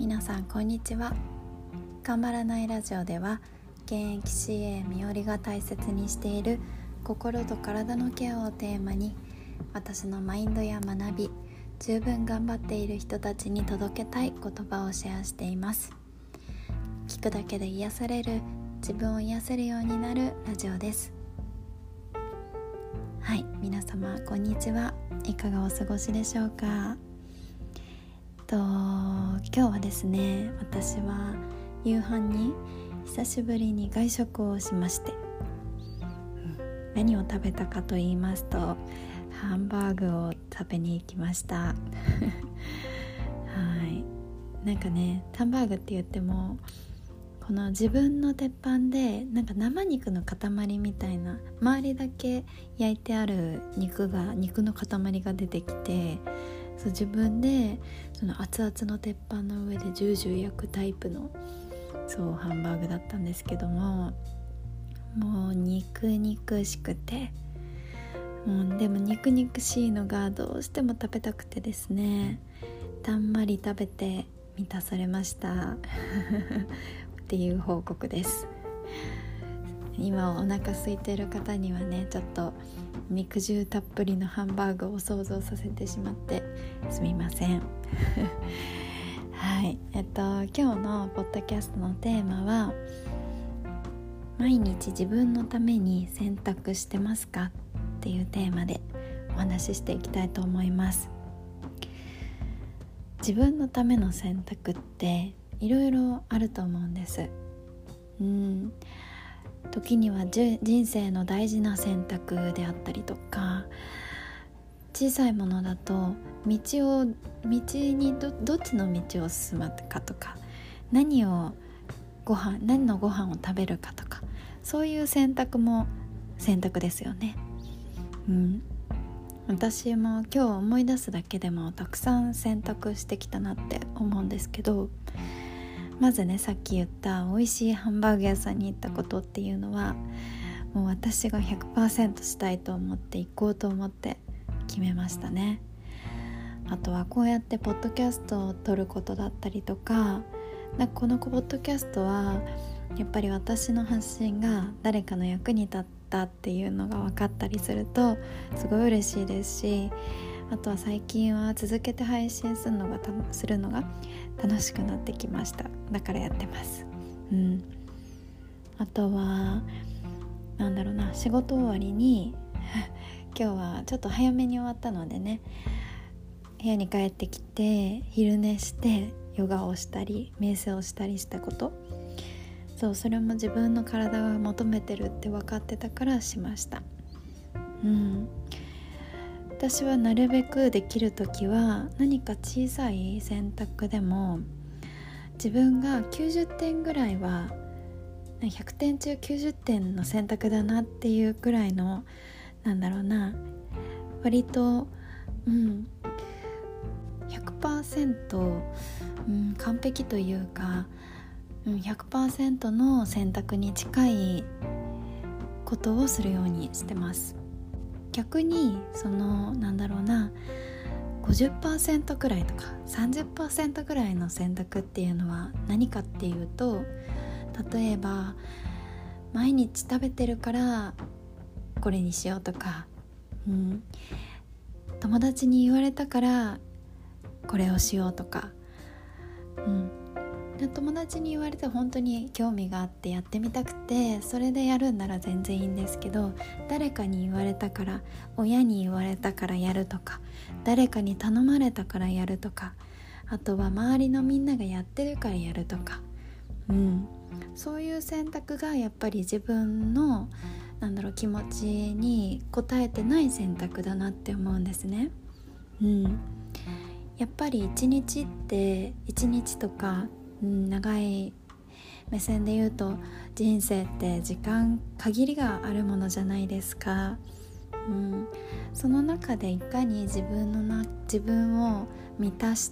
皆さんこんにちは。頑張らないラジオでは現役 CA みおりが大切にしている心と体のケアをテーマに、私のマインドや学び、十分頑張っている人たちに届けたい言葉をシェアしています。聞くだけで癒される、自分を癒せるようになるラジオです。はい、皆様こんにちは。いかがお過ごしでしょうか。今日はですね、私は夕飯に久しぶりに外食をしまして、何を食べたかと言いますと、ハンバーグを食べに行きましたはい、なんかね、ハンバーグって言ってもこの自分の鉄板でなんか生肉の塊みたいな、周りだけ焼いてある肉の塊が出てきて、自分でその熱々の鉄板の上でジュージュー焼くタイプのハンバーグだったんですけども、もう肉しくて、でも肉しいのがどうしても食べたくてですね、たんまり食べて満たされましたっていう報告です。今お腹空いている方にはね、ちょっと肉汁たっぷりのハンバーグを想像させてしまってすみませんはい、今日のポッドキャストのテーマは、毎日自分のために選択してますかっていうテーマでお話ししていきたいと思います。自分のための選択っていろいろあると思うんです。時には人生の大事な選択であったりとか、小さいものだと道に どっちの道を進むかとか、何のご飯を食べるかとか、そういう選択も選択ですよね。私も今日思い出すだけでもたくさん選択してきたなって思うんですけど、まずね、さっき言った美味しいハンバーグ屋さんに行ったことっていうのは、もう私が 100% したいと思って行こうと思って決めましたね。あとはこうやってポッドキャストを撮ることだったりとか、このポッドキャストはやっぱり私の発信が誰かの役に立ったっていうのが分かったりするとすごい嬉しいですし、あとは最近は続けて配信するのが楽しくなってきました。だからやってます。あとは仕事終わりに今日はちょっと早めに終わったのでね、部屋に帰ってきて昼寝してヨガをしたり瞑想をしたりしたこと、それも自分の体が求めてるって分かってたからしました。私はなるべくできるときは何か小さい選択でも、自分が90点ぐらいは100点中90点の選択だなっていうくらいの割と100%、完璧というか、100% の選択に近いことをするようにしてます。逆に50% くらいとか 30% くらいの選択っていうのは何かっていうと、例えば毎日食べてるからこれにしようとか、友達に言われたからこれをしようとか、友達に言われて本当に興味があってやってみたくてそれでやるんなら全然いいんですけど、誰かに言われたから、親に言われたからやるとか、誰かに頼まれたからやるとか、あとは周りのみんながやってるからやるとか、そういう選択がやっぱり自分の気持ちに応えてない選択だなって思うんですね。やっぱり一日とか、長い目線で言うと人生って時間限りがあるものじゃないですか。その中でいかに自分を満たして、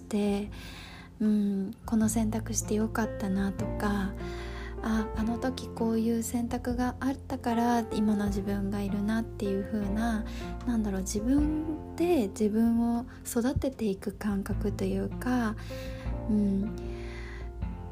この選択してよかったなとか、あの時こういう選択があったから今の自分がいるなっていう風な、自分で自分を育てていく感覚というか、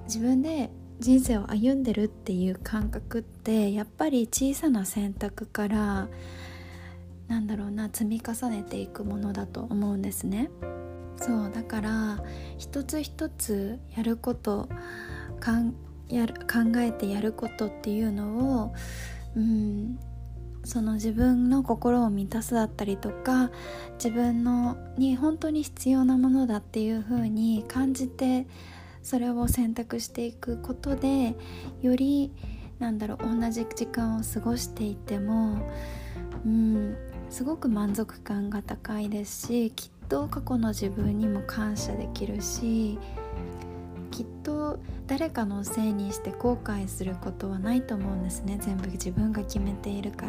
自分で人生を歩んでるっていう感覚ってやっぱり小さな選択から積み重ねていくものだと思うんですね。そうだから一つ一つやること考えてやることっていうのを、その自分の心を満たすだったりとか、自分に本当に必要なものだっていう風に感じてそれを選択していくことで、より同じ時間を過ごしていても、すごく満足感が高いですし、きっと過去の自分にも感謝できるし、きっと誰かのせいにして後悔することはないと思うんですね。全部自分が決めているから。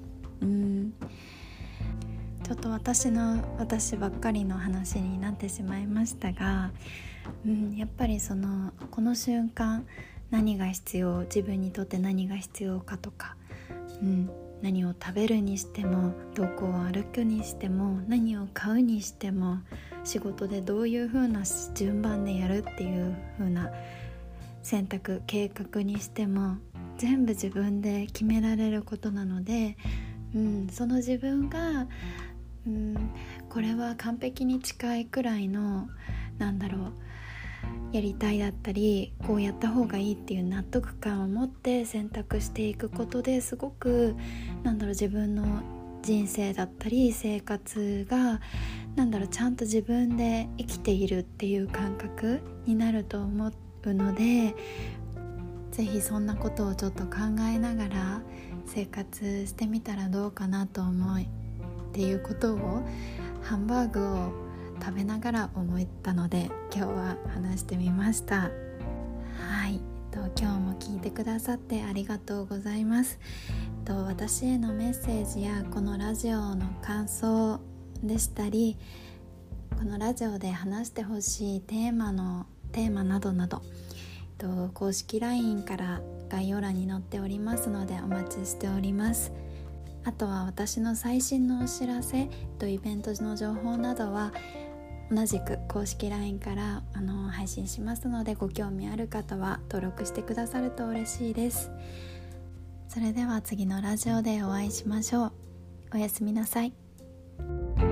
ちょっと私ばっかりの話になってしまいましたが、やっぱりこの瞬間何が必要、自分にとって何が必要かとか、何を食べるにしても、どこを歩くにしても、何を買うにしても、仕事でどういう風な順番でやるっていう風な選択、計画にしても全部自分で決められることなので、その自分が、これは完璧に近いくらいのやりたいだったり、こうやった方がいいっていう納得感を持って選択していくことで、すごく自分の人生だったり生活がちゃんと自分で生きているっていう感覚になると思うので、ぜひそんなことをちょっと考えながら生活してみたらどうかなと思いっていうことをハンバーグを食べながら思ったので、今日は話してみました。今日も聞いてくださってありがとうございます。私へのメッセージやこのラジオの感想でしたり、このラジオで話してほしいテーマなどなど、公式 LINE から概要欄に載っておりますのでお待ちしております。あとは私の最新のお知らせとイベントの情報などは同じく公式 LINE から配信しますので、ご興味ある方は登録してくださると嬉しいです。それでは次のラジオでお会いしましょう。おやすみなさい。